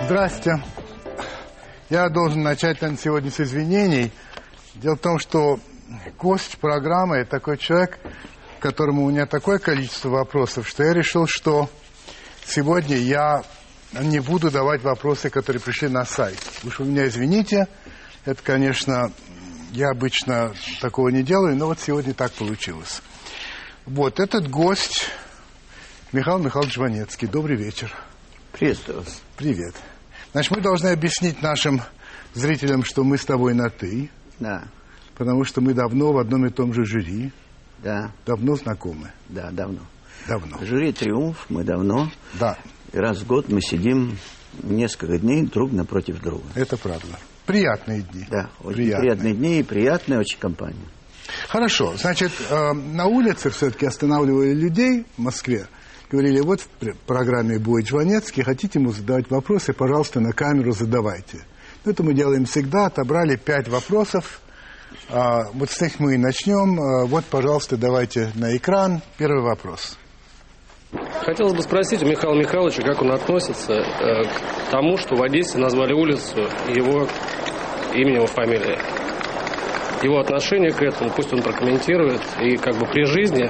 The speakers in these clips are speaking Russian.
Здрасте. Я должен начать, наверное, сегодня с извинений. Дело в том, что гость программы – такой человек, к которому у меня такое количество вопросов, что я решил, что сегодня я не буду давать вопросы, которые пришли на сайт. Уж вы меня извините, это, конечно, я обычно такого не делаю, но вот сегодня так получилось. Вот, этот гость Михаил Михайлович Жванецкий. Добрый вечер. Приветствую вас. Привет. Значит, мы должны объяснить нашим зрителям, что мы с тобой на «ты». Да. Потому что мы давно в одном и том же жюри. Да. Давно знакомы. Да, давно. Давно. Жюри «Триумф» мы давно. Да. И раз в год мы сидим несколько дней друг напротив друга. Это правда. Приятные дни. Да, очень приятные дни и приятная очень компания. Хорошо. Значит, на улице все-таки останавливали людей в Москве. Говорили, вот в программе будет Жванецкий, хотите ему задавать вопросы, пожалуйста, на камеру задавайте. Это мы делаем всегда. Отобрали 5 вопросов. Вот с них мы и начнем. Вот, пожалуйста, давайте на экран. Первый вопрос. Хотелось бы спросить у Михаила Михайловича, как он относится к тому, что в Одессе назвали улицу его именем и фамилией. Его отношение к этому, пусть он прокомментирует. И как бы при жизни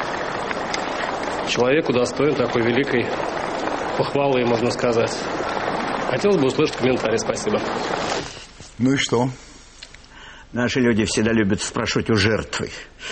человек удостоен такой великой похвалы, можно сказать. Хотелось бы услышать комментарий. Спасибо. Ну и что? Наши люди всегда любят спрашивать у жертвы.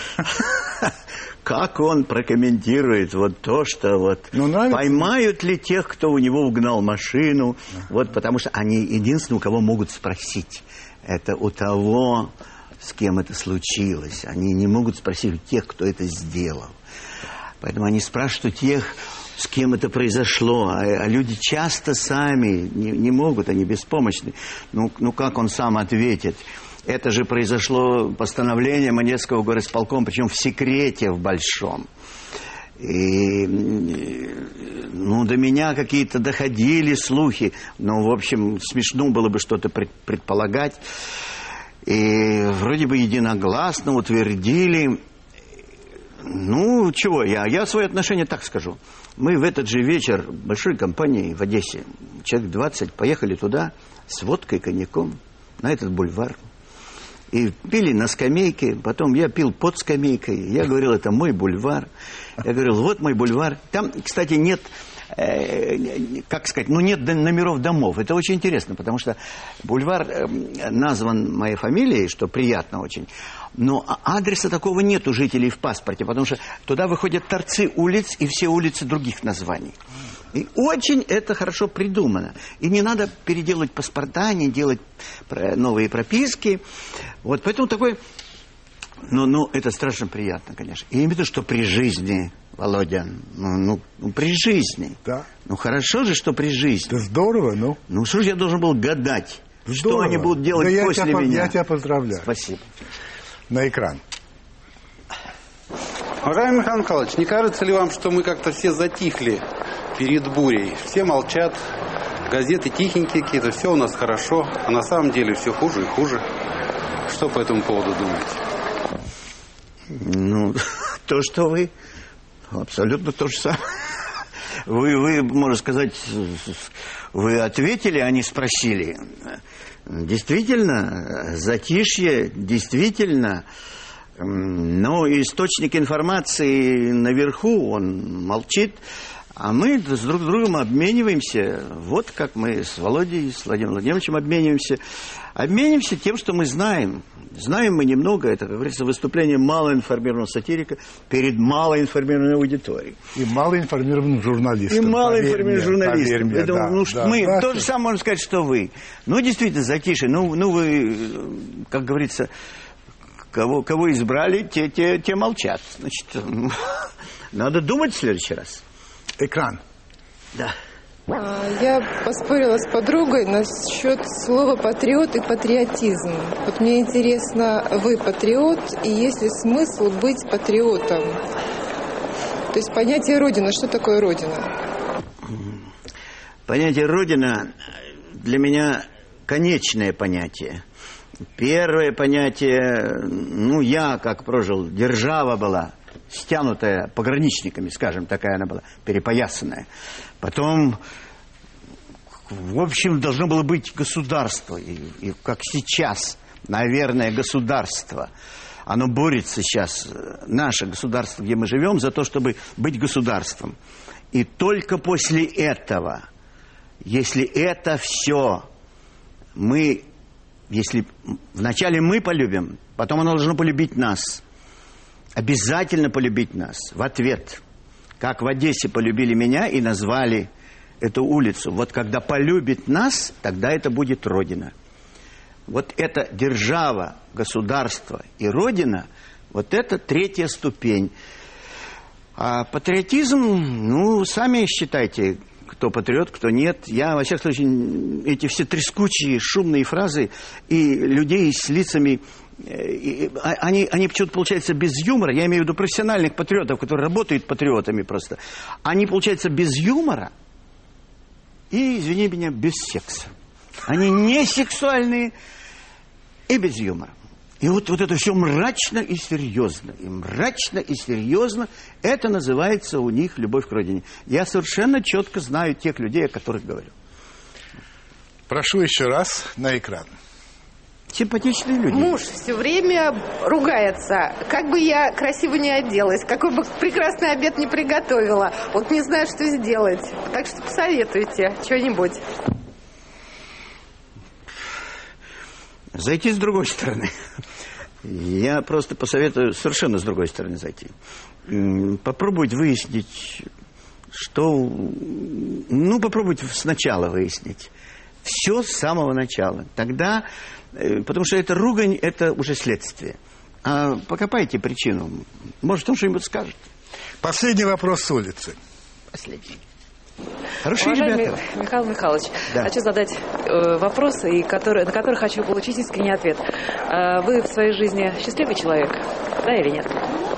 Как он прокомментирует вот то, что вот поймают ли тех, кто у него угнал машину. Вот потому что они единственные, у кого могут спросить. Это у того, с кем это случилось. Они не могут спросить у тех, кто это сделал. Поэтому они спрашивают у тех, с кем это произошло. А люди часто сами не могут, они беспомощны. Ну как он сам ответит? Это же произошло постановлением Одесского горисполкома, причем в секрете в большом. И до меня какие-то доходили слухи. В общем, смешно было бы что-то предполагать. И вроде бы единогласно утвердили. Чего я свои отношения так скажу. Мы в этот же вечер большой компанией в Одессе, человек 20, поехали туда с водкой, коньяком на этот бульвар. И пили на скамейке, потом я пил под скамейкой. Я говорил, это мой бульвар. Я говорил, вот мой бульвар. Там, кстати, нет, нет номеров домов. Это очень интересно, потому что бульвар назван моей фамилией, что приятно очень. Но адреса такого нет у жителей в паспорте, потому что туда выходят торцы улиц и все улицы других названий. И очень это хорошо придумано. И не надо переделывать паспорта, не делать новые прописки. Вот поэтому такой... это страшно приятно, конечно. И именно что при жизни, Володя. При жизни. Да. Хорошо же, что при жизни. Это здорово, что же я должен был гадать? Здорово. Что они будут делать после меня? Я тебя поздравляю. Спасибо. На экран. Уважаемый Михаил Михайлович, не кажется ли вам, что мы как-то все затихли перед бурей? Все молчат, газеты тихенькие какие-то, все у нас хорошо, а на самом деле все хуже и хуже. Что по этому поводу думаете? То, что вы... Абсолютно то же самое. Вы, можно сказать, вы ответили, а не спросили. Действительно, затишье, действительно... источник информации наверху, он молчит, а мы с друг другом обмениваемся. Вот как мы с Володей, с Владимиром Владимировичем обмениваемся. Обмениваемся тем, что мы знаем. Знаем мы немного, это, как говорится, выступление малоинформированного сатирика перед малоинформированной аудиторией. И малоинформированным журналистом. И малоинформированным журналистом. Поэтому, мы то же самое можем сказать, что вы. Действительно, затишье. Вы, как говорится... Кого избрали, те молчат. Значит, надо думать в следующий раз. Экран. Да. Я поспорила с подругой насчет слова «патриот» и «патриотизм». Вот мне интересно, вы патриот, и есть ли смысл быть патриотом? То есть понятие «родина», что такое «родина»? Понятие «родина» для меня конечное понятие. Первое понятие, я как прожил, держава была стянутая пограничниками, скажем, такая она была, перепоясанная. Потом в общем, должно было быть государство. И как сейчас, наверное, государство. Оно борется сейчас, наше государство, где мы живем, за то, чтобы быть государством. И только после этого, если это все если вначале мы полюбим, потом оно должно полюбить нас. Обязательно полюбить нас в ответ. Как в Одессе полюбили меня и назвали эту улицу. Вот когда полюбит нас, тогда это будет Родина. Вот это держава, государство и Родина, вот это третья ступень. А патриотизм, сами считайте, кто патриот, кто нет. Я, во всяком случае, эти все трескучие, шумные фразы и людей с лицами, они почему-то, получается, без юмора. Я имею в виду профессиональных патриотов, которые работают патриотами просто. Они, получается, без юмора и, извини меня, без секса. Они не сексуальные и без юмора. И вот это все мрачно и серьезно. И мрачно и серьезно. Это называется у них любовь к родине. Я совершенно четко знаю тех людей, о которых говорю. Прошу еще раз на экран. Симпатичные люди. Муж все время ругается. Как бы я красиво не оделась, какой бы прекрасный обед не приготовила. Вот не знаю, что сделать. Так что посоветуйте что-нибудь. Зайти с другой стороны. Я просто посоветую совершенно с другой стороны зайти. Попробовать выяснить, что... попробовать сначала выяснить. Все с самого начала. Тогда... Потому что это ругань, это уже следствие. А покопайте причину. Может, он что-нибудь скажет. Последний вопрос с улицы. Последний. Хорошие Уважаемый ребята. Михаил Михайлович, хочу задать вопросы, на которые хочу получить искренний ответ. Вы в своей жизни счастливый человек, да или нет?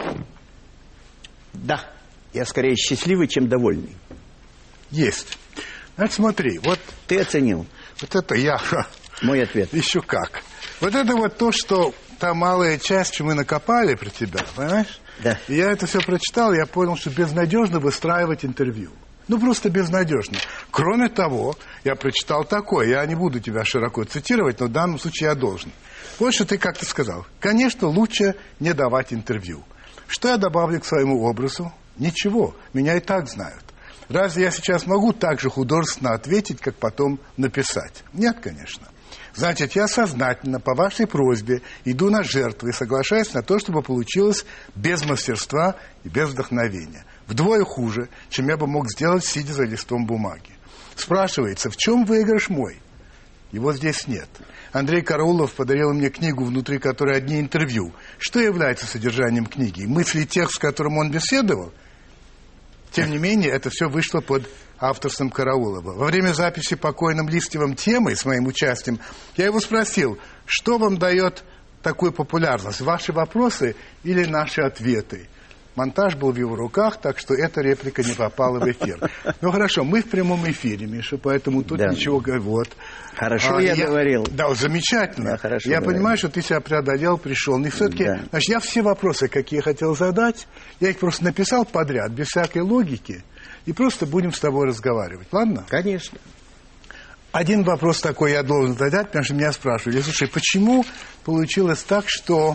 Да. Я скорее счастливый, чем довольный. Есть. Значит, смотри, вот... Ты оценил. Вот это я... Мой ответ. Еще как. Вот это вот то, что та малая часть, что мы накопали про тебя, понимаешь? Да. И я это все прочитал, я понял, что безнадежно выстраивать интервью. Просто безнадежно. Кроме того, я прочитал такое, я не буду тебя широко цитировать, но в данном случае я должен. Вот что ты как-то сказал. Конечно, лучше не давать интервью. Что я добавлю к своему образу? Ничего, меня и так знают. Разве я сейчас могу так же художественно ответить, как потом написать? Нет, конечно. Значит, я сознательно, по вашей просьбе, иду на жертвы и соглашаюсь на то, чтобы получилось без мастерства и без вдохновения. Вдвое хуже, чем я бы мог сделать, сидя за листом бумаги. Спрашивается, в чем выигрыш мой? Его здесь нет. Андрей Караулов подарил мне книгу, внутри которой одни интервью. Что является содержанием книги? Мысли тех, с которым он беседовал? Тем не менее, это все вышло под авторством Караулова. Во время записи покойным Листьевым темы с моим участием я его спросил, что вам дает такую популярность, ваши вопросы или наши ответы? Монтаж был в его руках, так что эта реплика не попала в эфир. Ну хорошо, мы в прямом эфире, Миша, поэтому тут ничего... Вот. Хорошо я говорил. Да, замечательно. Да, хорошо я говорил. Понимаю, что ты себя преодолел, пришел. И все-таки, значит, я все вопросы, какие я хотел задать, я их просто написал подряд, без всякой логики, и просто будем с тобой разговаривать. Ладно? Конечно. Один вопрос такой я должен задать, потому что меня спрашивали, слушай, почему получилось так, что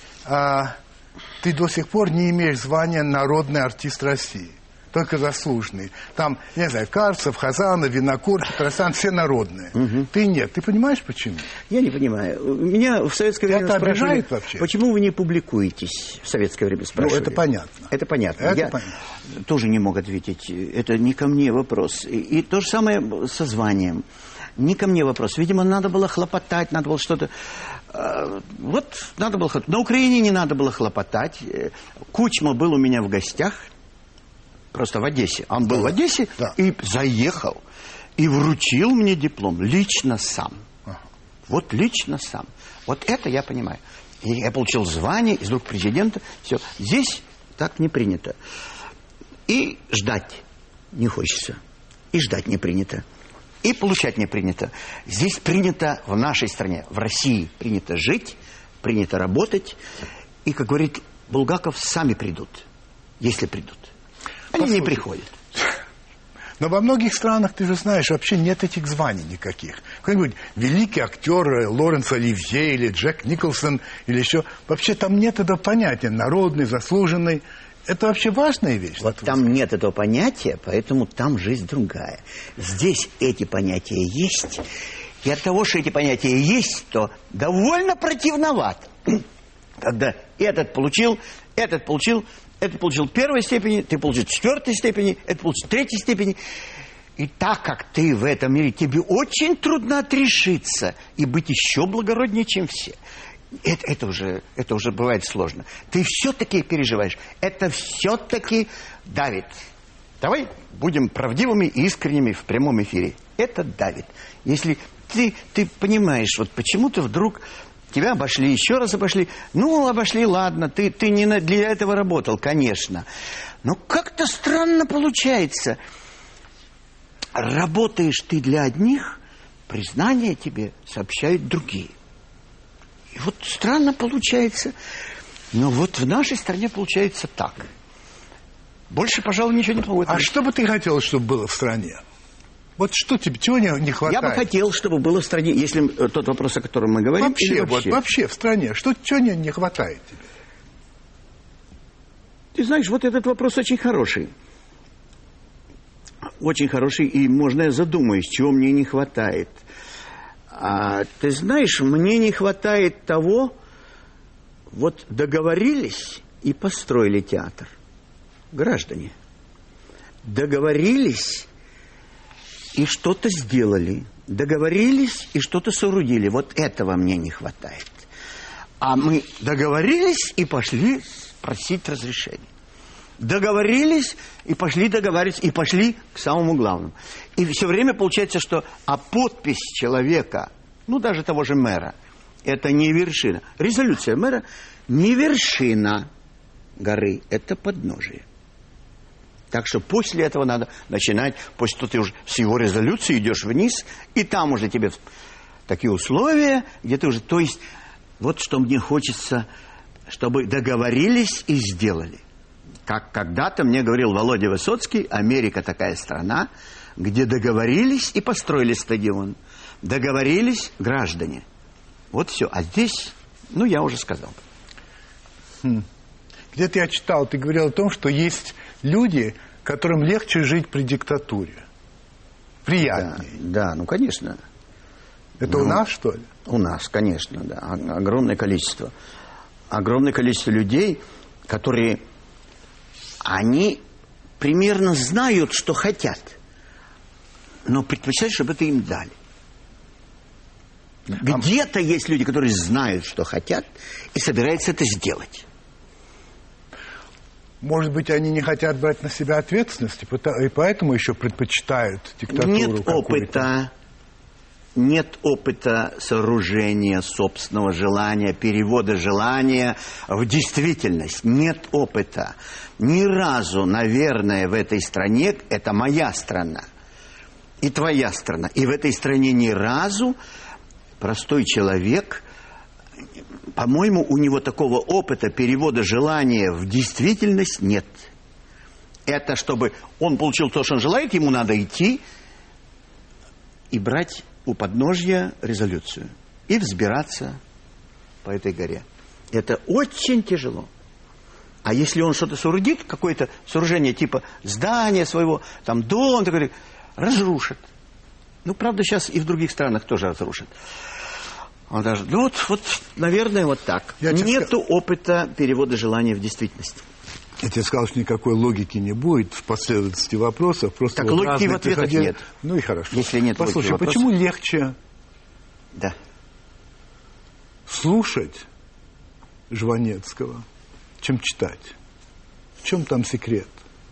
ты до сих пор не имеешь звания народный артист России? Только заслуженный. Там, не знаю, Карцев, Хазанов, Винокур, Петросян, все народные. Угу. Ты нет. Ты понимаешь, почему? Я не понимаю. Меня в советское время спрашивали, вообще? Почему вы не публикуетесь? В советское время спрашивали. Ну, это понятно. Это понятно. Я тоже не мог ответить. Это не ко мне вопрос. И то же самое со званием. Не ко мне вопрос. Видимо, надо было хлопотать, надо было что-то... Вот надо было хлопотать. На Украине не надо было хлопотать. Кучма был у меня в гостях. Просто в Одессе. Он был в Одессе и заехал. И вручил мне диплом. Лично сам. Вот лично сам. Вот это я понимаю. И я получил звание из рук президента. Все. Здесь так не принято. И ждать не хочется. И ждать не принято. И получать не принято. Здесь принято в нашей стране, в России, принято жить, принято работать. И, как говорит Булгаков, сами придут, если придут. Они не приходят. Но во многих странах, ты же знаешь, вообще нет этих званий никаких. Какой-нибудь великий актер Лоренс Оливье или Джек Николсон или еще. Вообще там нет этого понятия народный, заслуженный. Это вообще важная вещь. Вот там нет этого понятия, поэтому там жизнь другая. Здесь эти понятия есть. И от того, что эти понятия есть, то довольно противновато. Когда этот получил первой степени, ты получил четвертой степени, это получил третьей степени. И так как ты в этом мире, тебе очень трудно отрешиться и быть еще благороднее, чем все. Это уже бывает сложно. Ты все-таки переживаешь. Это все-таки давит. Давай будем правдивыми и искренними в прямом эфире. Это давит. Если ты понимаешь, вот почему-то вдруг тебя обошли, еще раз обошли. Ну, обошли, ладно, ты не для этого работал, конечно. Но как-то странно получается. Работаешь ты для одних, признание тебе сообщают другие. И вот странно получается. Но вот в нашей стране получается так. Больше, пожалуй, ничего не получится. А что бы ты хотел, чтобы было в стране? Вот что тебе, чего не хватает? Я бы хотел, чтобы было в стране, если тот вопрос, о котором мы говорим. Вообще в стране, чего не хватает тебе? Ты знаешь, вот этот вопрос очень хороший. Очень хороший, и можно я задумаюсь, чего мне не хватает. Ты знаешь, мне не хватает того, вот договорились и построили театр. Граждане. Договорились и что-то сделали. Договорились и что-то соорудили. Вот этого мне не хватает. А мы договорились и пошли просить разрешения. Договорились и пошли договариваться, и пошли к самому главному. И все время получается, что подпись человека, ну даже того же мэра, это не вершина. Резолюция мэра не вершина горы, это подножие. Так что после этого надо начинать, после того ты уже с его резолюции идешь вниз, и там уже тебе такие условия, где ты уже, то есть, вот что мне хочется, чтобы договорились и сделали. Как когда-то мне говорил Володя Высоцкий, Америка такая страна, где договорились и построили стадион. Договорились граждане. Вот все. А здесь, я уже сказал. Где-то я читал, ты говорил о том, что есть люди, которым легче жить при диктатуре. Приятнее. Да, конечно. Это у нас, что ли? У нас, конечно, да. Огромное количество. Огромное количество людей, которые... Они примерно знают, что хотят, но предпочитают, чтобы это им дали. Где-то есть люди, которые знают, что хотят, и собираются это сделать. Может быть, они не хотят брать на себя ответственность, и поэтому еще предпочитают диктатуру какую-то. Нет опыта сооружения собственного желания, перевода желания в действительность. Нет опыта. Ни разу, наверное, в этой стране, это моя страна, и твоя страна, и в этой стране ни разу простой человек, по-моему, у него такого опыта перевода желания в действительность нет. Это чтобы он получил то, что он желает, ему надо идти и брать у подножья резолюцию и взбираться по этой горе. Это очень тяжело. А если он что-то соорудит, какое-то сооружение типа здания своего, там дом, такой, разрушит. Правда, сейчас и в других странах тоже разрушит. Наверное, вот так. Нету опыта перевода желания в действительность. Я тебе сказал, что никакой логики не будет в последовательности вопросов. Просто так логики в ответах нет. Ну и хорошо. Если нет послушай, логики почему легче слушать Жванецкого, чем читать? В чем там секрет?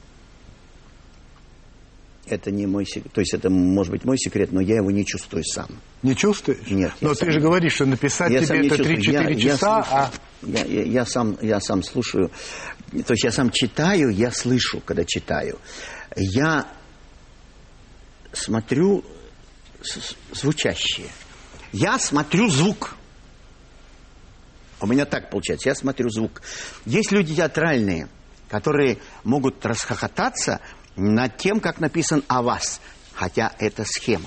Это не мой секрет. То есть это может быть мой секрет, но я его не чувствую сам. Не чувствуешь? Нет. Но ты же говоришь, что написать тебе это 3-4 часа, Я сам слушаю. То есть я сам читаю, я слышу, когда читаю. Я смотрю звучащее. Я смотрю звук. У меня так получается. Я смотрю звук. Есть люди театральные, которые могут расхохотаться над тем, как написан АВАС, хотя это схема.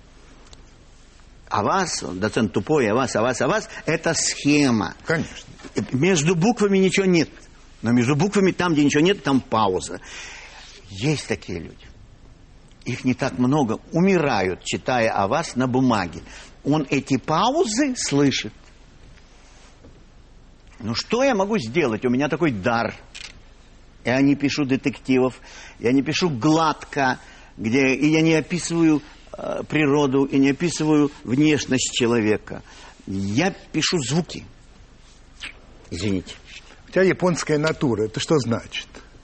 АВАС, доцент тупой, АВАС, это схема. Конечно. Между буквами ничего нет. Но между буквами, там, где ничего нет, там пауза. Есть такие люди. Их не так много. Умирают, читая АВАС на бумаге. Он эти паузы слышит. Ну, что я могу сделать? У меня такой дар. Я не пишу детективов, я не пишу гладко, и я не описываю природу, и не описываю внешность человека. Я пишу звуки. Извините. У тебя японская натура. Это что значит?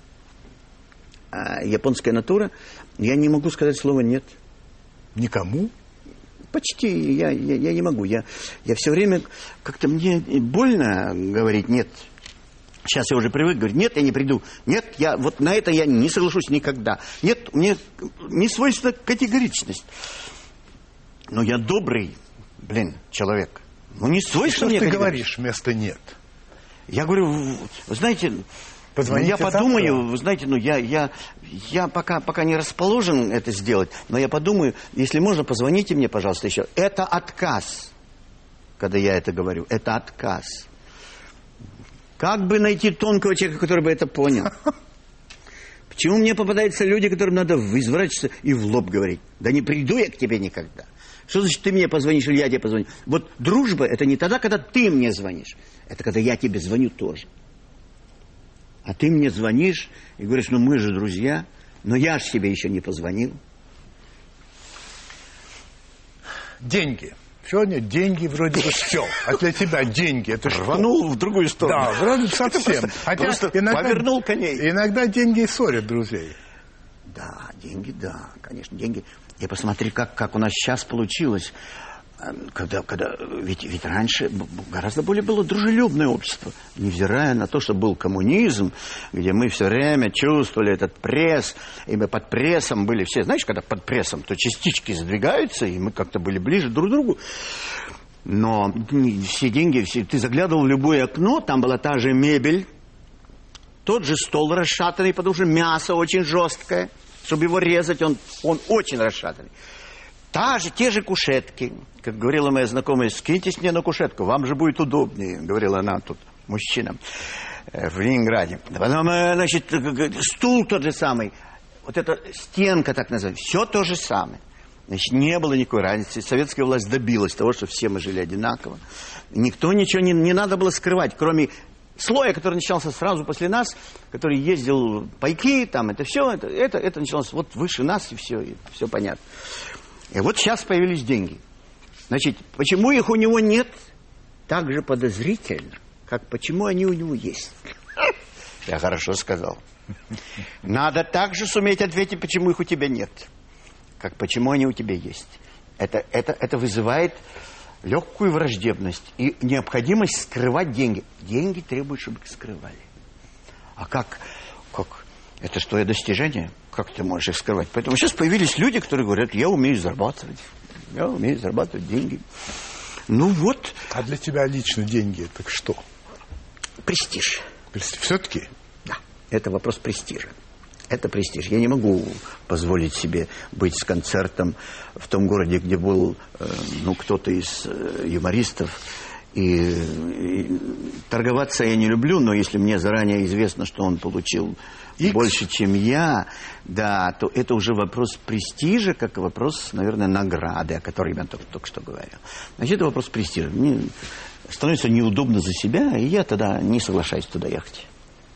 Японская натура? Я не могу сказать слово «нет». Никому? Почти. Я не могу. Я все время... Как-то мне больно говорить «нет». Сейчас я уже привык говорить: нет, я не приду. Нет, вот на это я не соглашусь никогда. Нет, мне не свойственна категоричность. Но я добрый, человек. Ну, не свойственно мне. Что ты говоришь вместо «нет»? Я говорю, вы знаете, я подумаю, вы знаете, я пока не расположен это сделать, но я подумаю, если можно, позвоните мне, пожалуйста, еще. Это отказ, когда я это говорю. Это отказ. Как бы найти тонкого человека, который бы это понял? Почему мне попадаются люди, которым надо изворачиваться и в лоб говорить? Да не приду я к тебе никогда. Что значит, ты мне позвонишь или я тебе позвоню? Вот дружба — это не тогда, когда ты мне звонишь. Это когда я тебе звоню тоже. А ты мне звонишь и говоришь: ну мы же друзья, но я же тебе еще не позвонил. Деньги. Сегодня деньги вроде бы счел. А для тебя деньги — это что? Рванул в другую сторону. Да, вроде совсем. Хотя повернул коней. Иногда деньги и ссорят друзей. Да, деньги, да, конечно, деньги. И посмотри, как у нас сейчас получилось. Ведь раньше гораздо более было дружелюбное общество, невзирая на то, что был коммунизм, где мы все время чувствовали этот пресс, и мы под прессом были все. Знаешь, когда под прессом, то частички сдвигаются, и мы как-то были ближе друг к другу. Но все деньги, ты заглядывал в любое окно, там была та же мебель, тот же стол расшатанный, потому что мясо очень жесткое, чтобы его резать, он очень расшатанный. Те же кушетки. Как говорила моя знакомая: скиньтесь мне на кушетку, вам же будет удобнее, говорила она тут мужчинам в Ленинграде. Потом, стул тот же самый, вот эта стенка так называемая, все то же самое. Значит, не было никакой разницы. Советская власть добилась того, что все мы жили одинаково. Никто ничего не надо было скрывать, кроме слоя, который начался сразу после нас, который ездил пайки, там, это все, это началось вот выше нас, и все понятно. И вот сейчас появились деньги. Значит, почему их у него нет, так же подозрительно, как почему они у него есть. Я хорошо сказал. Надо также суметь ответить, почему их у тебя нет, как почему они у тебя есть. Это вызывает легкую враждебность и необходимость скрывать деньги. Деньги требуют, чтобы их скрывали. А как? Это что, достижение? Как ты можешь их скрывать? Поэтому сейчас появились люди, которые говорят: я умею зарабатывать деньги. Ну вот. А для тебя лично деньги — это что? Престиж. Все-таки? Да, это вопрос престижа. Это престиж. Я не могу позволить себе быть с концертом в том городе, где был кто-то из юмористов. И торговаться я не люблю, но если мне заранее известно, что он получил больше, чем я, да, то это уже вопрос престижа, как вопрос, наверное, награды, о которой я только что говорил. Значит, это вопрос престижа. Мне становится неудобно за себя, и я тогда не соглашаюсь туда ехать.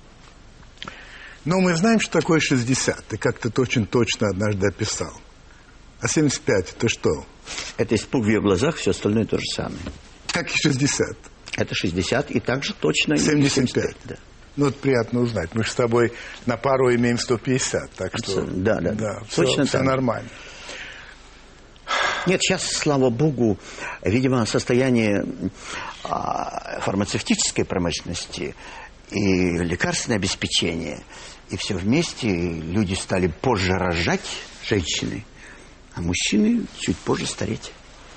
Но мы знаем, что такое 60. Ты как-то очень точно однажды описал. А 75 — это что? Это испуг в ее глазах, все остальное то же самое. Как и 60? Это 60, и также точно 75. Да. Ну, это приятно узнать. Мы же с тобой на пару имеем 150, так что... Да, точно все нормально. Нет, сейчас, слава богу, видимо, состояние фармацевтической промышленности и лекарственное обеспечение, и все вместе люди стали позже рожать, женщины, а мужчины чуть позже стареть.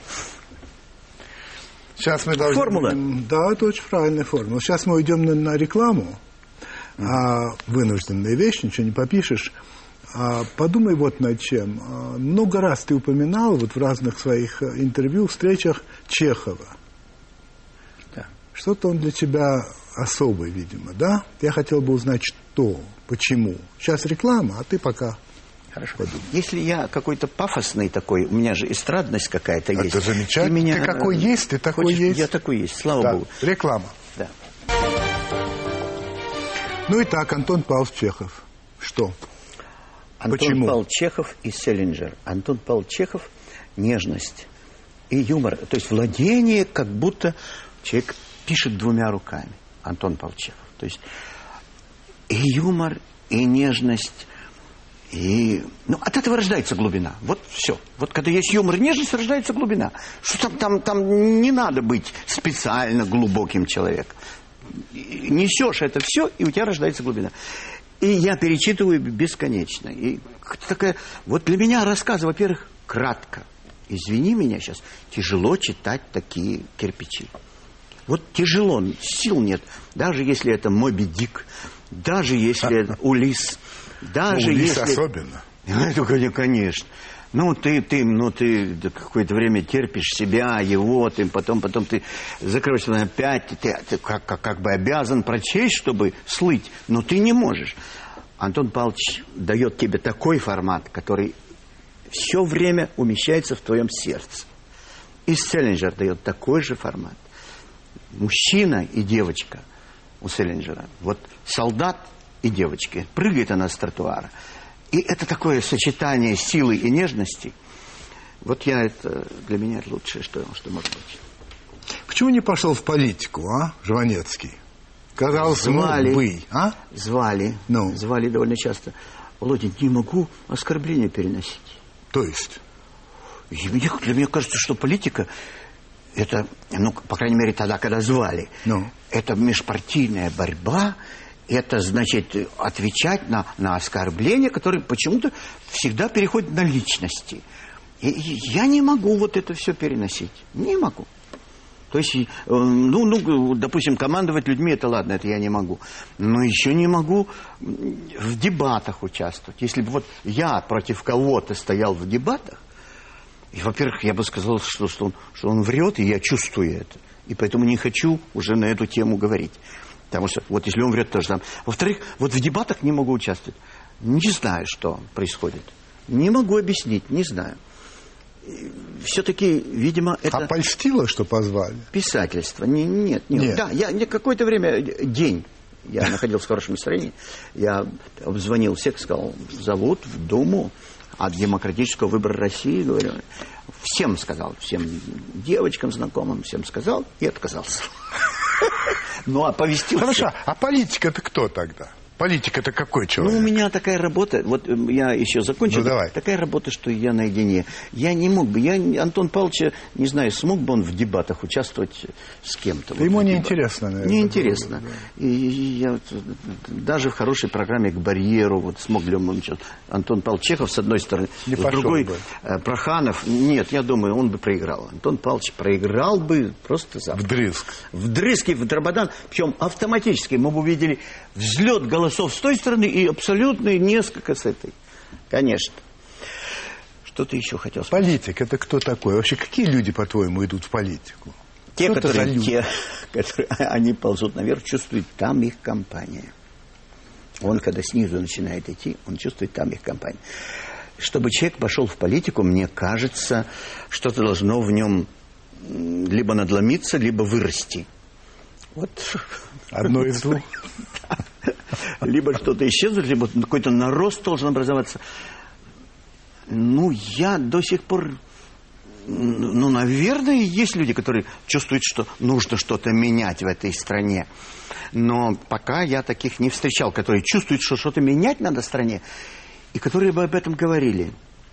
Сейчас мы должны... Формула. Да, это очень правильная формула. Сейчас мы уйдем на рекламу. Вынужденная вещь, ничего не попишешь. Подумай вот над чем. Много раз ты упоминал вот в разных своих интервью, встречах Чехова. Да. Что-то он для тебя особый, видимо, да? Я хотел бы узнать, что, почему. Сейчас реклама, а ты пока... Хорошо. Подумай. Если я какой-то пафосный такой, у меня же эстрадность какая-то есть. Это замечательно. Ты какой есть, ты такой хочешь, есть. Я такой есть, слава Богу. Реклама. Да. Ну и так, Антон Павлович Чехов. Что? Антон Павлович Чехов и Селлинджер. Антон Павлович Чехов – нежность и юмор. То есть владение, как будто человек пишет двумя руками. Антон Павлович Чехов. То есть и юмор, и нежность, и... Ну, от этого рождается глубина. Вот все. Вот когда есть юмор и нежность, рождается глубина. Что там не надо быть специально глубоким человеком. Несешь это все, и у тебя рождается глубина. И я перечитываю бесконечно. И такая... Вот для меня рассказы, во-первых, кратко. Извини меня сейчас, тяжело читать такие кирпичи. Вот тяжело, сил нет. Даже если это Моби Дик, даже если это Улисс, даже Улисс если... особенно. Это, конечно. Ну, ты какое-то время терпишь себя, его, потом ты закроешься опять, ты как бы обязан прочесть, чтобы слыть, но ты не можешь. Антон Павлович дает тебе такой формат, который все время умещается в твоем сердце. И Селлинджер дает такой же формат. Мужчина и девочка у Селлинджера. Вот солдат и девочка. Прыгает она с тротуара. И это такое сочетание силы и нежности. Вот это для меня лучшее, что может быть. Почему не пошел в политику, Жванецкий? Казалось, звали, а? Звали. Ну. Звали довольно часто. Володя, не могу оскорбления переносить. То есть? Для меня кажется, что политика это, по крайней мере, тогда, когда звали, это межпартийная борьба. Это значит отвечать на оскорбления, которые почему-то всегда переходят на личности. И я не могу вот это все переносить. Не могу. То есть, допустим, командовать людьми, это ладно, это я не могу. Но еще не могу в дебатах участвовать. Если бы вот я против кого-то стоял в дебатах, и, во-первых, я бы сказал, что он врет, и я чувствую это. И поэтому не хочу уже на эту тему говорить. Потому что, вот если он врет, тоже там. Во-вторых, вот в дебатах не могу участвовать. Не знаю, что происходит. Не могу объяснить, не знаю. Все-таки, видимо, это... А польстило, что позвали? Писательство. Нет. Да, я какое-то время, день, я находился в хорошем настроении. Я обзвонил всех, сказал, зовут в Думу от демократического выбора России, говорю. Всем сказал, всем девочкам знакомым, всем сказал и отказался. Ну, оповестил. Хорошо, а политик это кто тогда? Политик это какой человек? Ну, у меня такая работа, вот я еще закончу. Ну, давай. Такая работа, что я наедине. Я не мог бы, Антон Павловича, не знаю, смог бы он в дебатах участвовать с кем-то. Ему не интересно, наверное. Не интересно. И я даже в хорошей программе «К барьеру», вот смог ли он участвовать. Антон Павлович Чехов, с одной стороны, не с другой бы. Проханов. Нет, я думаю, он бы проиграл. Антон Павлович проиграл бы просто завтра. Вдрызг и в Драбадан. Причем автоматически мы бы увидели взлет голосов с той стороны и абсолютно несколько с этой. Конечно. Что ты еще хотел сказать? Политик это кто такой? Вообще, какие люди, по-твоему, идут в политику? Те, которые они ползут наверх, чувствуют, там их компания. Он, когда снизу начинает идти, он чувствует, там их компания. Чтобы человек пошел в политику, мне кажется, что-то должно в нем либо надломиться, либо вырасти. Вот. Одно из двух. Либо что-то исчезнуть, либо какой-то нарост должен образоваться. Ну, я до сих пор... Ну, наверное, есть люди, которые чувствуют, что нужно что-то менять в этой стране. Но пока я таких не встречал, которые чувствуют, что что-то менять надо в стране, и которые бы об этом говорили.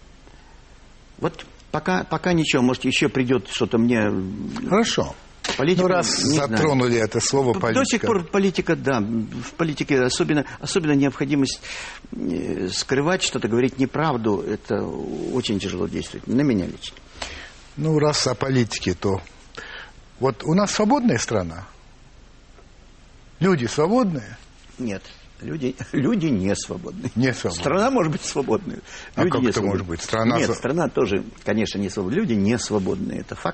Вот пока ничего. Может, еще придет что-то мне... Хорошо. Политика, раз затронули это слово политика. До сих пор политика, да. В политике особенно необходимость скрывать что-то, говорить неправду, это очень тяжело действует. На меня лично. Ну, раз о политике, то... Вот у нас свободная страна? Люди свободные? Нет. Люди не свободны. Не свободны. Страна может быть свободной. А люди как не это свободны. может быть? Страна... Нет, страна тоже, конечно, не свободна. Люди не свободны, это факт.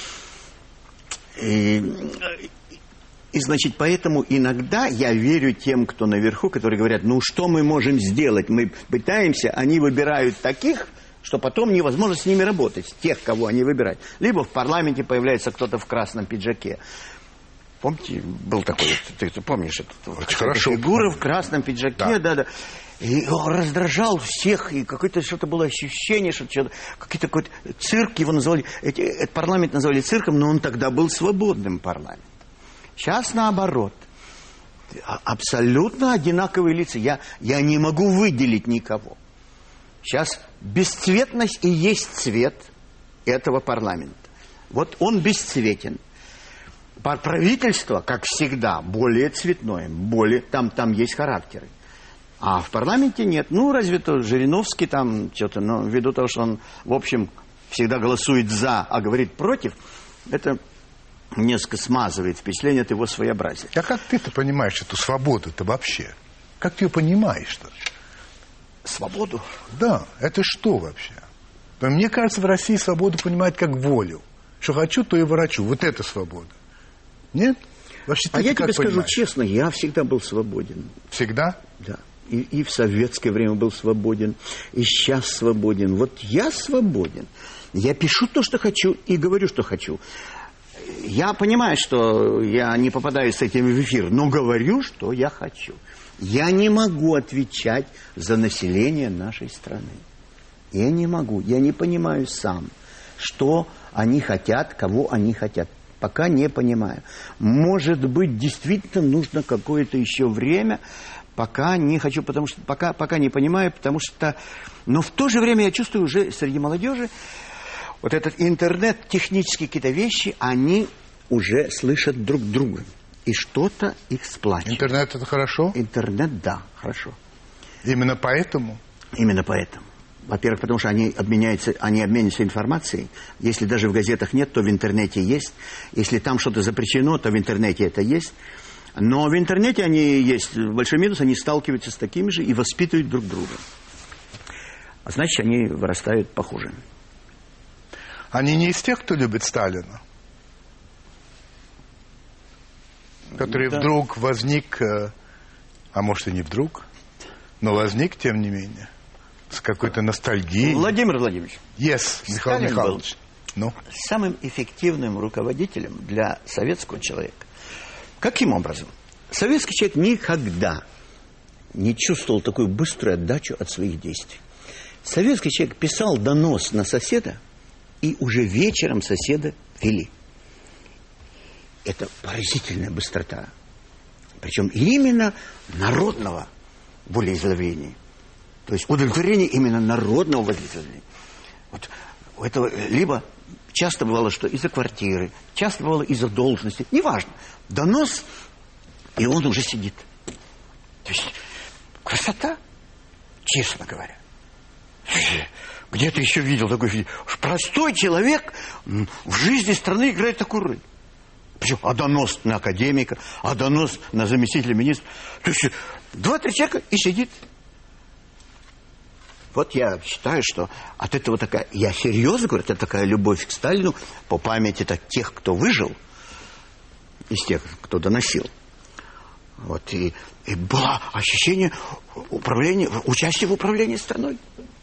И, значит, поэтому иногда я верю тем, кто наверху, которые говорят, ну, что мы можем сделать? Мы пытаемся, они выбирают таких, что потом невозможно с ними работать, тех, кого они выбирают. Либо в парламенте появляется кто-то в красном пиджаке. Помните, был такой, ты помнишь, эта фигура в красном пиджаке, да. И он раздражал всех, и какое-то что-то было ощущение, что какой-то такой цирк его называли, этот парламент называли цирком, но он тогда был свободным парламентом. Сейчас наоборот. Абсолютно одинаковые лица. Я не могу выделить никого. Сейчас бесцветность и есть цвет этого парламента. Вот он бесцветен. Правительство, как всегда, более цветное, там есть характеры. А в парламенте нет. Ну, разве то Жириновский там что-то, но ввиду того, что он, в общем, всегда голосует за, а говорит против, это несколько смазывает впечатление от его своеобразия. А как ты-то понимаешь эту свободу-то вообще? Как ты ее понимаешь-то? Свободу? Да, это что вообще? Мне кажется, в России свободу понимают как волю. Что хочу, то и ворочу. Вот это свобода. Нет? Вообще, а я тебе скажу честно, я всегда был свободен. Всегда? Да. И в советское время был свободен, и сейчас свободен. Вот я свободен. Я пишу то, что хочу, и говорю, что хочу. Я понимаю, что я не попадаю с этим в эфир, но говорю, что я хочу. Я не могу отвечать за население нашей страны. Я не могу. Я не понимаю сам, что они хотят, кого они хотят. Пока не понимаю. Может быть, действительно нужно какое-то еще время. Пока не хочу, потому что пока не понимаю, потому что... Но в то же время я чувствую уже среди молодежи вот этот интернет, технические какие-то вещи, они уже слышат друг друга. И что-то их сплачивает. Интернет — это хорошо? Интернет, да, хорошо. Именно поэтому? Именно поэтому. Во-первых, потому что они обменяются информацией. Если даже в газетах нет, то в интернете есть. Если там что-то запрещено, то в интернете это есть. Но в интернете они есть. Большой минус, они сталкиваются с такими же и воспитывают друг друга. А значит, они вырастают похуже. Они не из тех, кто любит Сталина? Который вдруг возник, а может и не вдруг, но возник, тем не менее, с какой-то ностальгией. Владимир Владимирович. Михаил Михайлович. Ну? Самым эффективным руководителем для советского человека. Каким образом? Советский человек никогда не чувствовал такую быструю отдачу от своих действий. Советский человек писал донос на соседа, и уже вечером соседа вели. Это поразительная быстрота. Причем именно народного волеизъявления. То есть удовлетворение именно народного волеизъявления. Вот у этого либо часто бывало, что из-за квартиры, часто бывало из-за должности, неважно. Донос, и он уже сидит. То есть красота, честно говоря. Где ты еще видел такой фильм? Простой человек в жизни страны играет такую роль. Причем, а донос на академика, а донос на заместителя министра. То есть 2-3 человека и сидит. Вот я считаю, что от этого такая... Я серьезно говорю, это такая любовь к Сталину по памяти тех, кто выжил, из тех, кто доносил. Вот, и было ощущение управления, участия в управлении страной.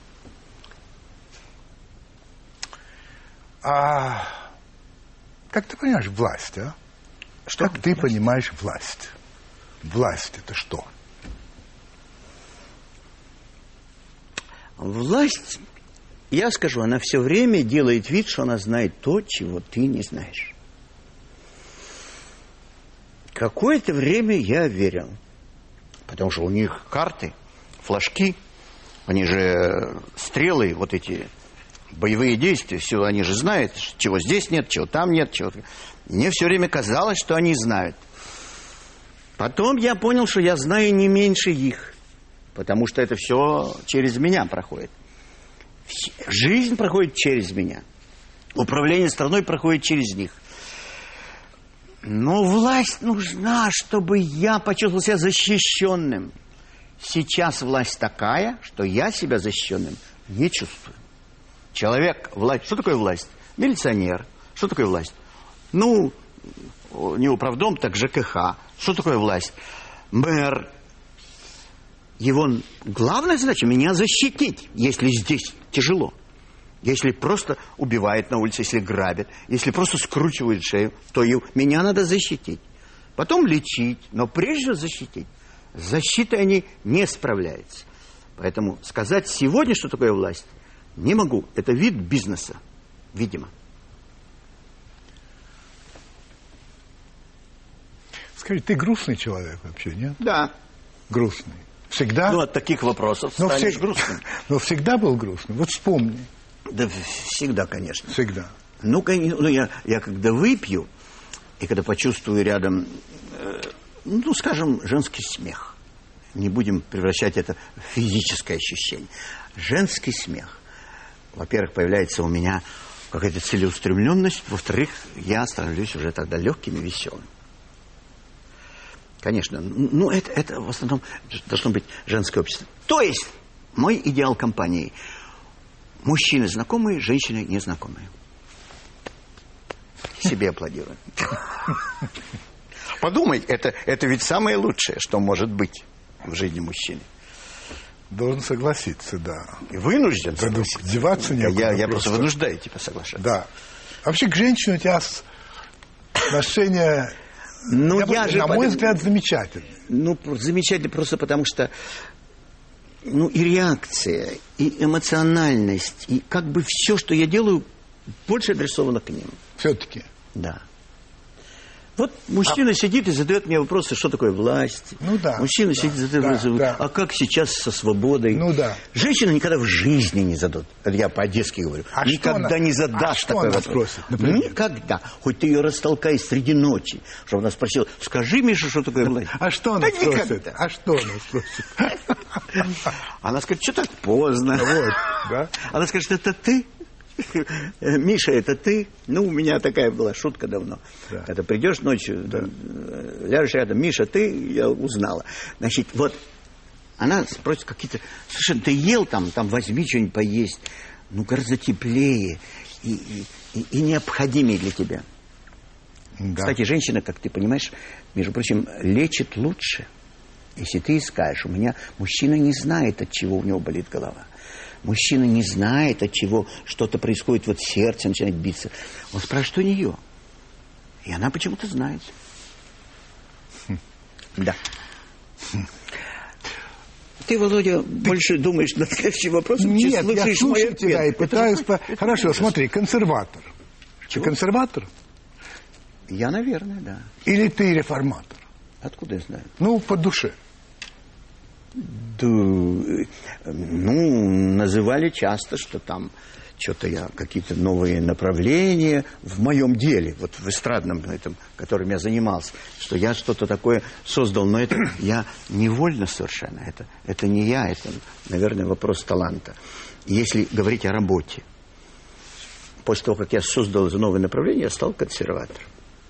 А как ты понимаешь власть, а? Что? Как ты понимаешь власть? Власть — это что? Власть, я скажу, она все время делает вид, что она знает то, чего ты не знаешь. Какое-то время я верил. Потому что у них карты, флажки, они же стрелы, вот эти боевые действия, все они же знают, чего здесь нет, чего там нет. Чего... Мне все время казалось, что они знают. Потом я понял, что я знаю не меньше их. Потому что это все через меня проходит. Жизнь проходит через меня. Управление страной проходит через них. Но власть нужна, чтобы я почувствовал себя защищенным. Сейчас власть такая, что я себя защищенным не чувствую. Человек, власть. Что такое власть? Милиционер. Что такое власть? Ну, не управдом, так ЖКХ. Что такое власть? Мэр. Его главная задача меня защитить, если здесь тяжело. Если просто убивает на улице, если грабит, если просто скручивает шею, то меня надо защитить. Потом лечить, но прежде всего защитить. С защитой они не справляются. Поэтому сказать сегодня, что такое власть, не могу. Это вид бизнеса, видимо. Скажи, ты грустный человек вообще, нет? Да. Грустный. Всегда? Ну, от таких вопросов станешь грустным. Но всегда был грустным. Вот вспомни. Да всегда, конечно. Всегда. Ну, я когда выпью, и когда почувствую рядом, ну, скажем, женский смех. Не будем превращать это в физическое ощущение. Женский смех. Во-первых, появляется у меня какая-то целеустремленность. Во-вторых, я становлюсь уже тогда легким и веселым. Конечно, ну, это в основном должно быть женское общество. То есть, мой идеал компании. Мужчины знакомые, женщины незнакомые. Себе аплодирую. Подумай, это ведь самое лучшее, что может быть в жизни мужчины. Должен согласиться, да. И вынужден согласиться. Деваться некуда. Я просто вынуждаю тебя соглашаться. Да. Вообще к женщине у тебя отношение, ну, на мой взгляд, замечательное. Ну, замечательно просто потому, что и реакция, и эмоциональность, и как бы все, что я делаю, больше адресовано к ним. Все-таки? Да. Вот мужчина сидит и задает мне вопросы, что такое власть. Ну да. Мужчина сидит и задает вопросы, а как сейчас со свободой. Ну да. Женщина никогда в жизни не задает. Это я по-одесски говорю. Никогда не задаст такой вопрос. Спросит, например? Никогда. Хоть ты ее растолкай среди ночи, чтобы она спросила, скажи, Миша, что такое власть. А что она спросит? А что она спросит? Она скажет, что так поздно. Вот, да? Она скажет, это ты? Миша, это ты? Ну, у меня такая была шутка давно. Да. Когда придешь ночью, да, ляжешь рядом, Миша, ты? Я узнала. Значит, вот она спросит какие-то... Слушай, ты ел там возьми что-нибудь поесть. Ну, гораздо теплее и необходимее для тебя. Да. Кстати, женщина, как ты понимаешь, между прочим, лечит лучше. Если ты скажешь, у меня мужчина не знает, от чего у него болит голова. Мужчина не знает, от чего что-то происходит, вот сердце начинает биться. Он спрашивает у нее. И она почему-то знает. Да. Ты, Володя, больше думаешь над следующим вопросом? Нет, я слушаю тебя и пытаюсь... Хорошо, смотри, консерватор. Ты консерватор? Я, наверное, да. Или ты реформатор? Откуда я знаю? Ну, по душе. Да, называли часто, что там что-то я, какие-то новые направления в моем деле, вот в эстрадном этом, которым я занимался, что я что-то такое создал, но это я невольно совершенно, это не я, это, наверное, вопрос таланта. Если говорить о работе, после того, как я создал это новое направление, я стал консерватором.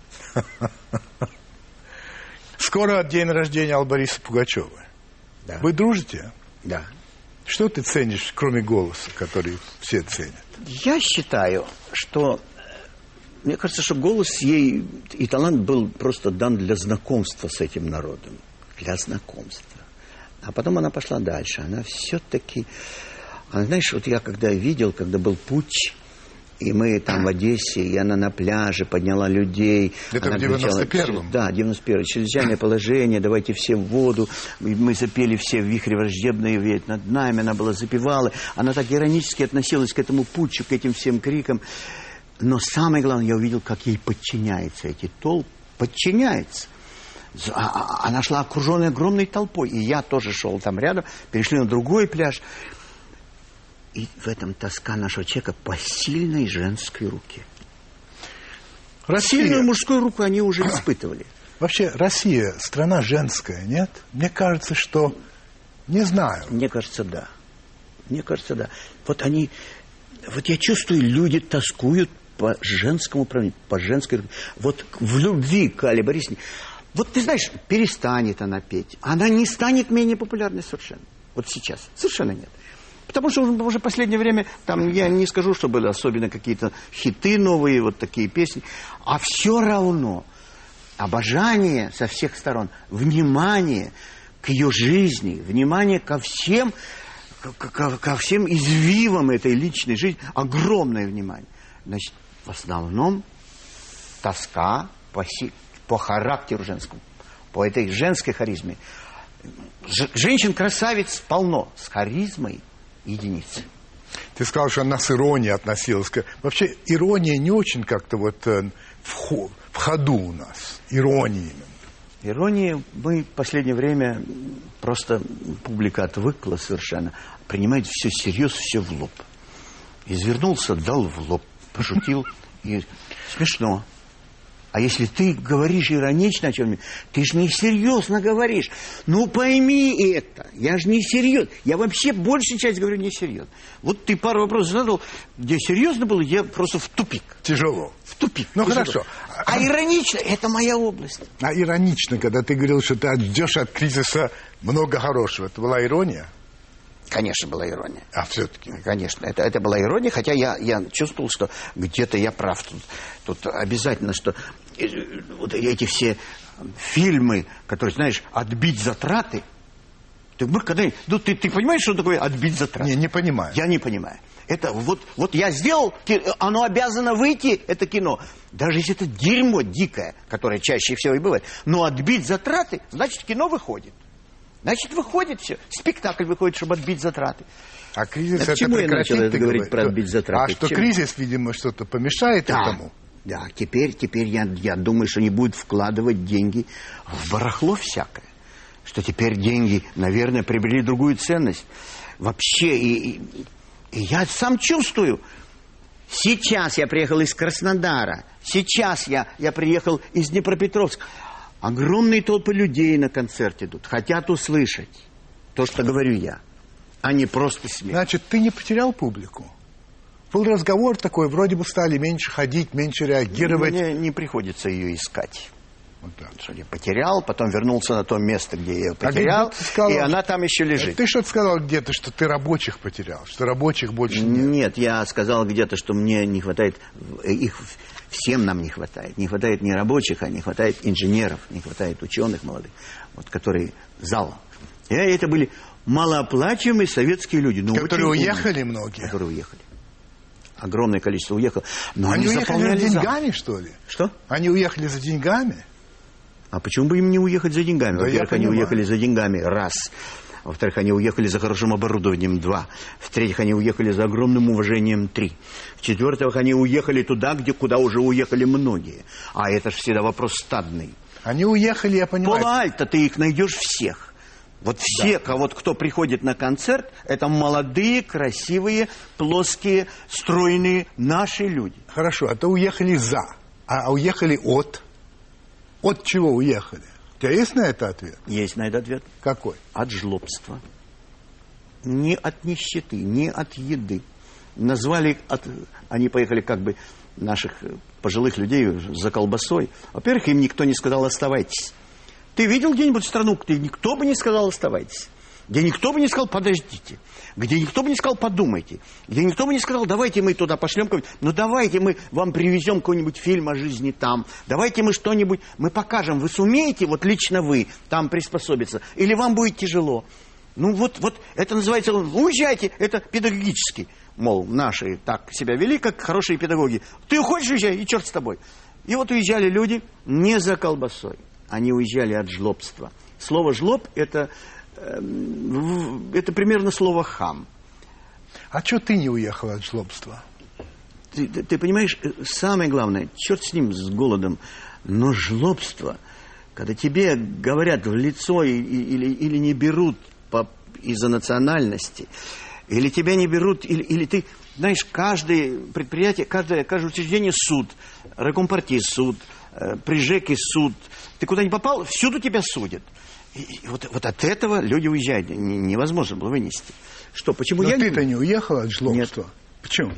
Скоро день рождения Албариса Пугачевой. Да. Вы дружите? Да. Что ты ценишь, кроме голоса, который все ценят? Я считаю, что... Мне кажется, что голос ей и талант был просто дан для знакомства с этим народом. Для знакомства. А потом она пошла дальше. Она все-таки... знаешь, вот я когда видел, когда был путч, и мы там в Одессе, и она на пляже подняла людей. Это она в 91-м? Да, 91-й. Чрезвычайное положение, давайте все в воду. Мы запели все «Вихри враждебные веют над нами». Она была запевала. Она так иронически относилась к этому путчу, к этим всем крикам. Но самое главное, я увидел, как ей подчиняются эти толпы. Подчиняется. Она шла окруженной огромной толпой. И я тоже шел там рядом. Перешли на другой пляж. И в этом тоска нашего человека по сильной женской руке. Сильную мужскую руку они уже испытывали. Вообще, Россия страна женская, нет? Мне кажется, что... Не знаю. Мне кажется, да. Мне кажется, да. Вот они... Вот я чувствую, люди тоскуют по женскому управлению, по женской руке. Вот в любви к Алле Борисовне Вот ты знаешь, перестанет она петь. Она не станет менее популярной совершенно. Вот сейчас. Совершенно нет. Потому что уже в последнее время, там, я не скажу, что были особенно какие-то хиты новые, вот такие песни. А все равно обожание со всех сторон, внимание к ее жизни, внимание ко всем извивам этой личной жизни, огромное внимание. Значит, в основном тоска по характеру женскому, по этой женской харизме. Женщин-красавиц полно, с харизмой единицы. Ты сказал, что она с иронией относилась. Вообще, ирония не очень как-то вот в ходу у нас. Ирония. Ирония, мы в последнее время, просто публика отвыкла совершенно, принимает все всерьез, все в лоб. Извернулся, дал в лоб, пошутил, и смешно. А если ты говоришь иронично о чем-нибудь, ты же не серьезно говоришь. Ну, пойми это. Я же не серьезно. Я вообще большую часть говорю не серьезно. Вот ты пару вопросов задал, где серьезно было, я просто в тупик. Тяжело. В тупик. Ну, тяжело. хорошо. А иронично – это моя область. А иронично, когда ты говорил, что ты ждешь от кризиса много хорошего, это была ирония? Конечно, была ирония. А все-таки? Конечно, это была ирония, хотя я чувствовал, что где-то я прав. Тут обязательно, что вот эти все фильмы, которые, знаешь, отбить затраты. Ты понимаешь, что такое отбить затраты? Не понимаю. Я не понимаю. Это вот я сделал, оно обязано выйти, это кино. Даже если это дерьмо дикое, которое чаще всего и бывает. Но отбить затраты, значит, кино выходит. Значит, выходит все. Спектакль выходит, чтобы отбить затраты. А кризис это почему прекратит, я начал ты говорить про отбить затраты? А что кризис, видимо, что-то помешает этому? Да, теперь я думаю, что не будет вкладывать деньги в барахло всякое. Что теперь деньги, наверное, приобрели другую ценность. Вообще, и я сам чувствую. Сейчас я приехал из Краснодара. Сейчас я приехал из Днепропетровска. Огромные толпы людей на концерт идут, хотят услышать то, что говорю я, а не просто смех. Значит, ты не потерял публику? Был разговор такой, вроде бы стали меньше ходить, меньше реагировать. Мне не приходится ее искать. Вот так. Что я потерял, потом вернулся на то место, где я ее потерял, и она там еще лежит. Ты что-то сказал где-то, что ты рабочих потерял, что рабочих больше нет. Нет, я сказал где-то, что мне не хватает их. Всем нам не хватает. Не хватает не рабочих, а не хватает инженеров, не хватает ученых молодых, вот, которые зал. И это были малооплачиваемые советские люди. Которые уехали многие. Которые уехали. Огромное количество уехало. Но они уехали за деньгами, зал. что ли? Что? Они уехали за деньгами? А почему бы им не уехать за деньгами? Да, во-первых, они уехали за деньгами, раз. Во-вторых, они уехали за хорошим оборудованием, 2. В-третьих, они уехали за огромным уважением, 3. В-четвертых, они уехали туда, куда уже уехали многие. А это же всегда вопрос стадный. Они уехали, я понимаю. Пола-альто ты их найдешь всех. Вот все, кто приходит на концерт, это молодые, красивые, плоские, стройные наши люди. Хорошо, а то уехали за. А уехали от? От чего уехали? У тебя есть на это ответ? Есть на это ответ. Какой? От жлобства. Не от нищеты, не от еды. Они поехали как бы наших пожилых людей за колбасой. Во-первых, им никто не сказал «оставайтесь». Ты видел где-нибудь страну, где никто бы не сказал «оставайтесь»? Где никто бы не сказал «подождите», где никто бы не сказал «подумайте», где никто бы не сказал «давайте мы туда пошлем кого-нибудь», ну давайте мы вам привезем какой-нибудь фильм о жизни там, давайте мы что-нибудь, мы покажем, вы сумеете, вот лично вы, там приспособиться, или вам будет тяжело. Ну вот это называется, уезжайте, это педагогически, мол, наши так себя вели, как хорошие педагоги. Ты хочешь уезжай, и черт с тобой. И вот уезжали люди не за колбасой, они уезжали от жлобства. Слово «жлоб» это примерно слово «хам». А что ты не уехал от жлобства? Ты понимаешь, самое главное, черт с ним, с голодом, но жлобство, когда тебе говорят в лицо или не берут из-за национальности, или тебя не берут, или ты, знаешь, каждое предприятие, каждое учреждение суд, райкомпартии суд, при ЖЭКе суд, ты куда ни попал, всюду тебя судят. И вот от этого люди уезжают. Невозможно было вынести. Что, почему но я ты-то не уехал от жлобства? Нет. Почему?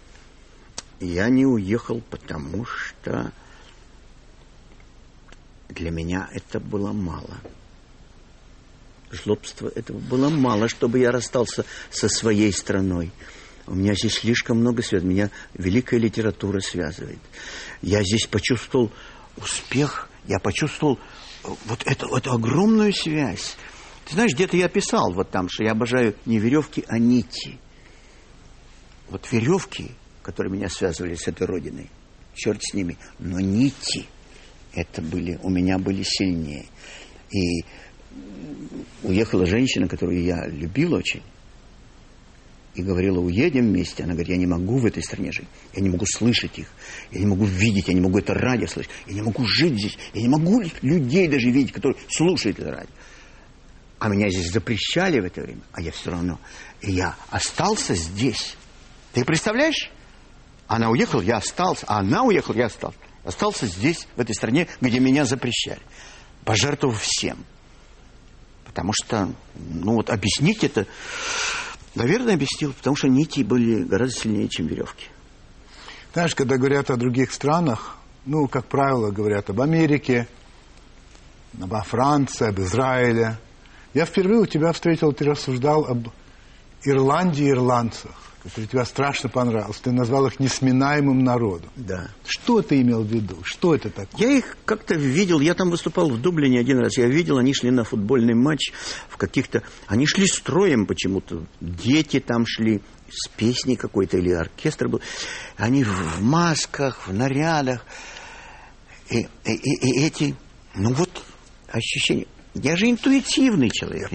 Я не уехал, потому что Для меня это было мало. Жлобства этого было мало, чтобы я расстался со своей страной. У меня здесь слишком много связано. Меня великая литература связывает. Я здесь почувствовал успех. Я почувствовал вот эту огромную связь. Ты знаешь, где-то я писал вот там, что я обожаю не веревки, а нити. Вот веревки, которые меня связывали с этой родиной, черт с ними, но нити у меня были сильнее. И уехала женщина, которую я любил очень, и говорила, уедем вместе. Она говорит, я не могу в этой стране жить. Я не могу слышать их. Я не могу видеть, я не могу это радио слышать. Я не могу жить здесь. Я не могу людей даже видеть, которые слушают это радио. А меня здесь запрещали в это время. А я все равно. И я остался здесь. Ты представляешь? Она уехала, я остался. А она уехала, я остался. Остался здесь, в этой стране, где меня запрещали. Пожертвовав всем. Потому что, объяснить это... Наверное, объяснил, потому что нити были гораздо сильнее, чем веревки. Знаешь, когда говорят о других странах, как правило, говорят об Америке, обо Франции, об Израиле. Я впервые у тебя встретил, ты рассуждал об Ирландии и ирландцах, который тебе страшно понравился. Ты назвал их несминаемым народом. Да. Что ты имел в виду? Что это такое? Я их как-то видел. Я там выступал в Дублине один раз. Я видел, они шли на футбольный матч в каких-то... Они шли строем почему-то. Дети там шли с песней какой-то или оркестр был. Они в масках, в нарядах. И эти... ощущения... Я же интуитивный человек.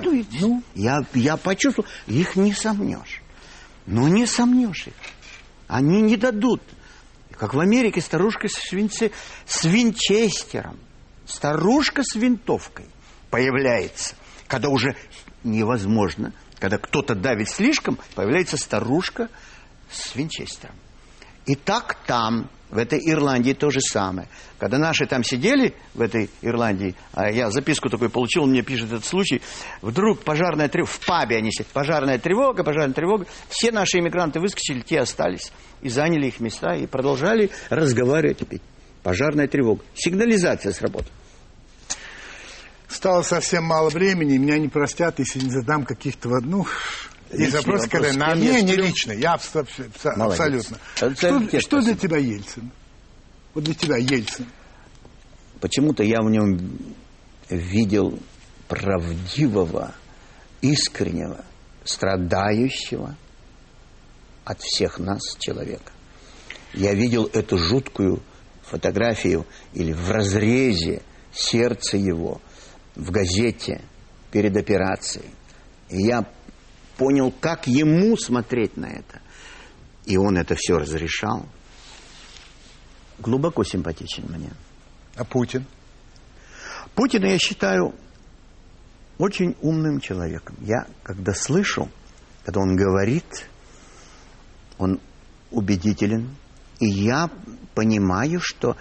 Я почувствовал. Их не сомнешь. Не сомнешь их. Они не дадут. Как в Америке старушка с винчестером. Старушка с винтовкой появляется. Когда уже невозможно. Когда кто-то давит слишком, появляется старушка с винчестером. И так там, в этой Ирландии, то же самое. Когда наши там сидели, в этой Ирландии, а я записку такую получил, он мне пишет этот случай, вдруг пожарная тревога, в пабе они сидят, пожарная тревога, все наши иммигранты выскочили, те остались, и заняли их места, и продолжали разговаривать. Пожарная тревога. Сигнализация сработала. Стало совсем мало времени, меня не простят, если не задам каких-то, есть вопросы, когда на мне не лично, я абсолютно. Что для тебя Ельцин? Вот для тебя Ельцин. Почему-то я в нем видел правдивого, искреннего, страдающего от всех нас человека. Я видел эту жуткую фотографию или в разрезе сердца его в газете перед операцией. И я понял, как ему смотреть на это. И он это все разрешал. Глубоко симпатичен мне. А Путин? Путина я считаю очень умным человеком. Я, когда слышу, когда он говорит, он убедителен. И я понимаю, что,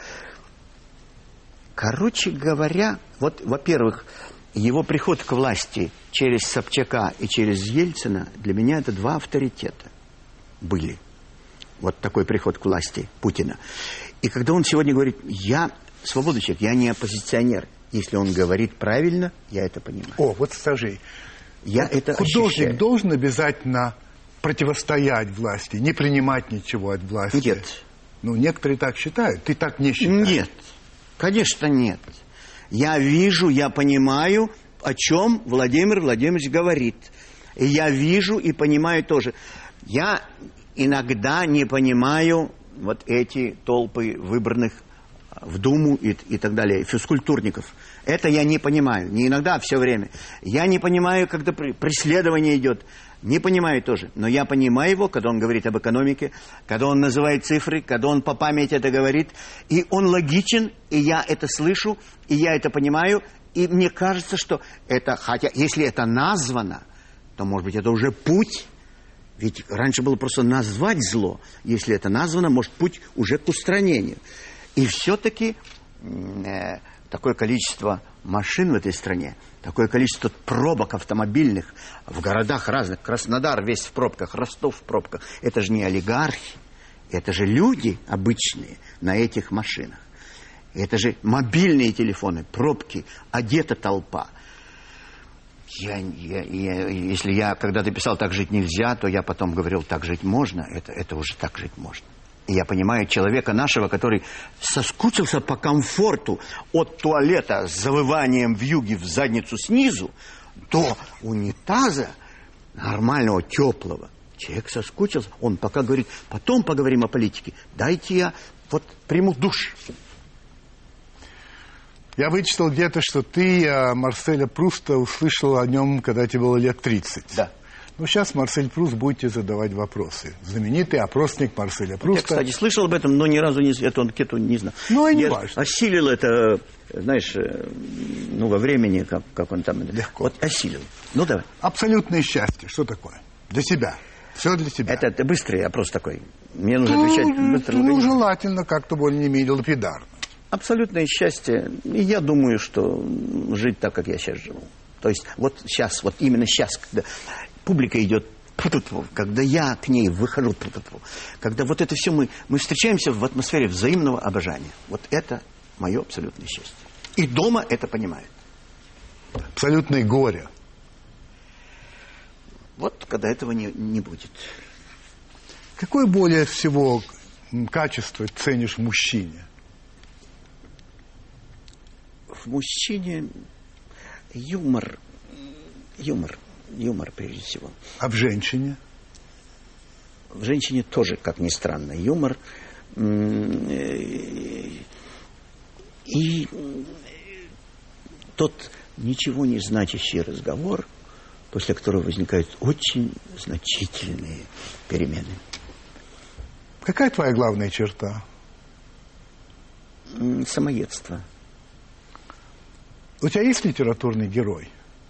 короче говоря, во-первых, его приход к власти через Собчака и через Ельцина, для меня это два авторитета были. Вот такой приход к власти Путина. И когда он сегодня говорит, я свободный человек, я не оппозиционер. Если он говорит правильно, я это понимаю. Скажи. Это художник ощущаю. Должен обязательно противостоять власти, не принимать ничего от власти? Нет. Некоторые так считают. Ты так не считаешь? Нет. Конечно, нет. Я вижу, я понимаю, о чем Владимир Владимирович говорит. И я вижу и понимаю тоже. Я иногда не понимаю вот эти толпы выбранных в Думу и так далее, физкультурников. Это я не понимаю. Не иногда, а все время. Я не понимаю, когда преследование идет. Не понимаю тоже. Но я понимаю его, когда он говорит об экономике, когда он называет цифры, когда он по памяти это говорит. И он логичен, и я это слышу, и я это понимаю. И мне кажется, что это, хотя если это названо, то, может быть, это уже путь. Ведь раньше было просто назвать зло. Если это названо, может, путь уже к устранению. И все-таки такое количество машин в этой стране, такое количество пробок автомобильных в городах разных, Краснодар весь в пробках, Ростов в пробках, это же не олигархи, это же люди обычные на этих машинах. Это же мобильные телефоны, пробки, одета толпа. Если я когда-то писал «так жить нельзя», то я потом говорил «так жить можно». Это уже так жить можно. И я понимаю человека нашего, который соскучился по комфорту от туалета с завыванием вьюги в задницу снизу до унитаза нормального, теплого. Человек соскучился. Он пока говорит, потом поговорим о политике. Дайте я приму душ. Я вычитал где-то, что ты Марселя Пруста услышал о нем, когда тебе было лет 30. Да. Ну, сейчас Марсель Пруст будете задавать вопросы. Знаменитый опросник Марселя Пруста. Я, кстати, слышал об этом, но ни разу эту анкету не знал. Ну, и не важно. Осилил это, знаешь, во времени, как он там... Легко. Вот осилил. Ну, давай. Абсолютное счастье. Что такое? Для себя. Все для тебя. Это быстрый опрос такой. Мне нужно отвечать быстро. Ну, желательно как-то более-менее лапидарно. Абсолютное счастье. И я думаю, что жить так, как я сейчас живу. То есть вот сейчас, вот именно сейчас, когда публика идет, когда я к ней выхожу, когда вот это все мы встречаемся в атмосфере взаимного обожания. Вот это мое абсолютное счастье. И дома это понимают. Абсолютное горе. Вот когда этого не будет. Какое более всего качество ценишь в мужчине? В мужчине юмор прежде всего. А в женщине? В женщине тоже, как ни странно, юмор. И тот ничего не значащий разговор, после которого возникают очень значительные перемены. Какая твоя главная черта? Самоедство. У тебя есть литературный герой?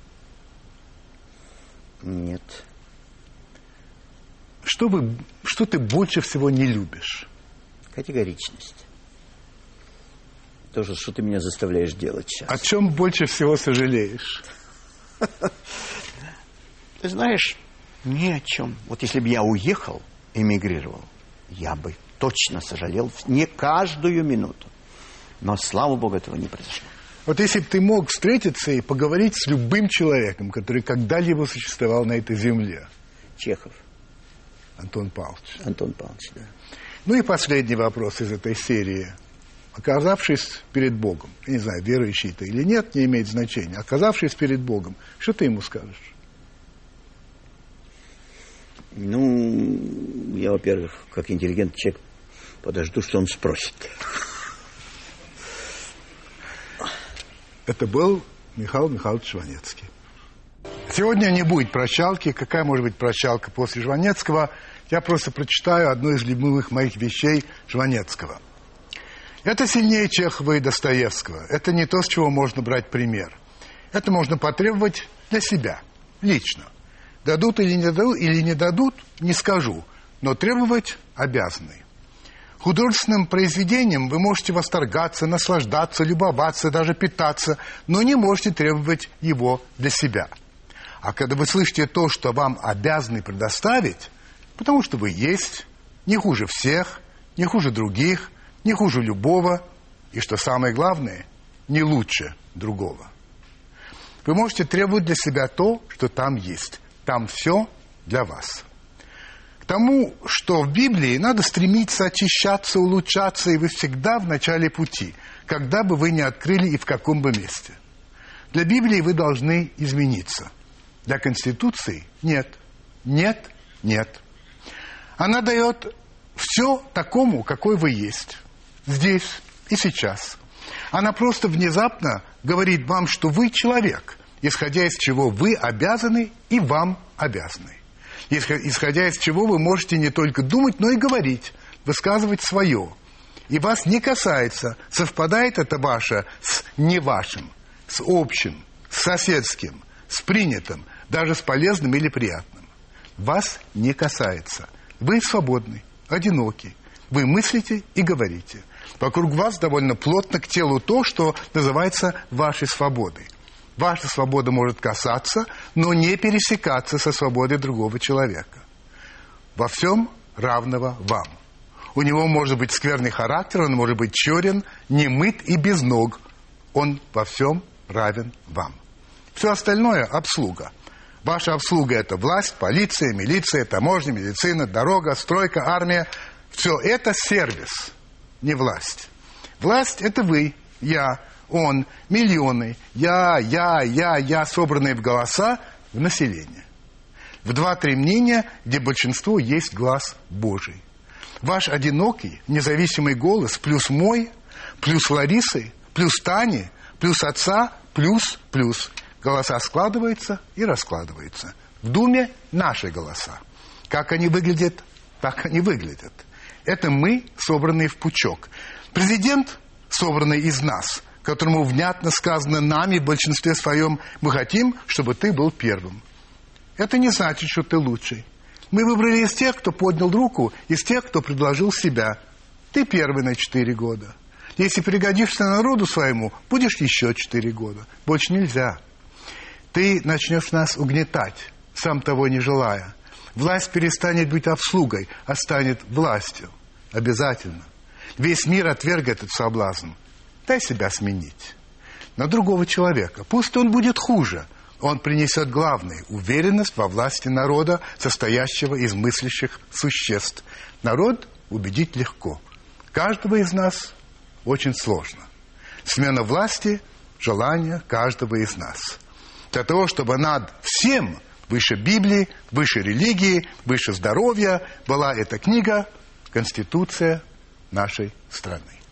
Нет. Что ты больше всего не любишь? Категоричность. То, что ты меня заставляешь делать сейчас. О чем больше всего сожалеешь? Ты знаешь, ни о чем. Вот если бы я уехал, эмигрировал, я бы точно сожалел не каждую минуту. Но, слава Богу, этого не произошло. Вот если бы ты мог встретиться и поговорить с любым человеком, который когда-либо существовал на этой земле. Чехов. Антон Павлович. Антон Павлович, да. Ну и последний вопрос из этой серии. Оказавшись перед Богом, я не знаю, верующий ты или нет, не имеет значения. Оказавшись перед Богом, что ты ему скажешь? Ну, я, во-первых, как интеллигентный человек, подожду, что он спросит. Это был Михаил Михайлович Жванецкий. Сегодня не будет прощалки. Какая может быть прощалка после Жванецкого? Я просто прочитаю одну из любимых моих вещей Жванецкого. Это сильнее Чехова и Достоевского. Это не то, с чего можно брать пример. Это можно потребовать для себя, лично. Дадут или не дадут, не скажу, но требовать обязаны. Художественным произведением вы можете восторгаться, наслаждаться, любоваться, даже питаться, но не можете требовать его для себя. А когда вы слышите то, что вам обязаны предоставить, потому что вы есть, не хуже всех, не хуже других, не хуже любого, и, что самое главное, не лучше другого. Вы можете требовать для себя то, что там есть. Там все для вас. К тому, что в Библии надо стремиться очищаться, улучшаться, и вы всегда в начале пути, когда бы вы ни открыли и в каком бы месте. Для Библии вы должны измениться. Для Конституции нет. Нет, нет. Она дает все такому, какой вы есть. Здесь и сейчас. Она просто внезапно говорит вам, что вы человек, исходя из чего вы обязаны и вам обязаны. Исходя из чего вы можете не только думать, но и говорить, высказывать свое. И вас не касается, совпадает это ваше с не вашим, с общим, с соседским, с принятым, даже с полезным или приятным. Вас не касается. Вы свободны, одиноки. Вы мыслите и говорите. Вокруг вас довольно плотно к телу то, что называется вашей свободой. Ваша свобода может касаться, но не пересекаться со свободой другого человека. Во всем равного вам. У него может быть скверный характер, он может быть черен, немыт и без ног. Он во всем равен вам. Все остальное – обслуга. Ваша обслуга – это власть, полиция, милиция, таможня, медицина, дорога, стройка, армия. Все это сервис, не власть. Власть – это вы, я, он, миллионы, я, собранные в голоса в население. В 2-3 мнения, где большинство есть глас Божий. Ваш одинокий, независимый голос плюс мой, плюс Ларисы, плюс Тани, плюс отца, плюс. Голоса складываются и раскладываются. В Думе наши голоса. Как они выглядят, так они выглядят. Это мы, собранные в пучок. Президент, собранный из нас, которому внятно сказано нами в большинстве своем, мы хотим, чтобы ты был первым. Это не значит, что ты лучший. Мы выбрали из тех, кто поднял руку, из тех, кто предложил себя. Ты первый на 4 года. Если пригодишься народу своему, будешь еще 4 года. Больше нельзя. Ты начнешь нас угнетать, сам того не желая. Власть перестанет быть обслугой, а станет властью. Обязательно. Весь мир отверг этот соблазн. Дай себя сменить. На другого человека. Пусть он будет хуже. Он принесет главное – уверенность во власти народа, состоящего из мыслящих существ. Народ убедить легко. Каждого из нас очень сложно. Смена власти – желание каждого из нас. Для того, чтобы над всем, выше Библии, выше религии, выше здоровья, была эта книга «Конституция нашей страны».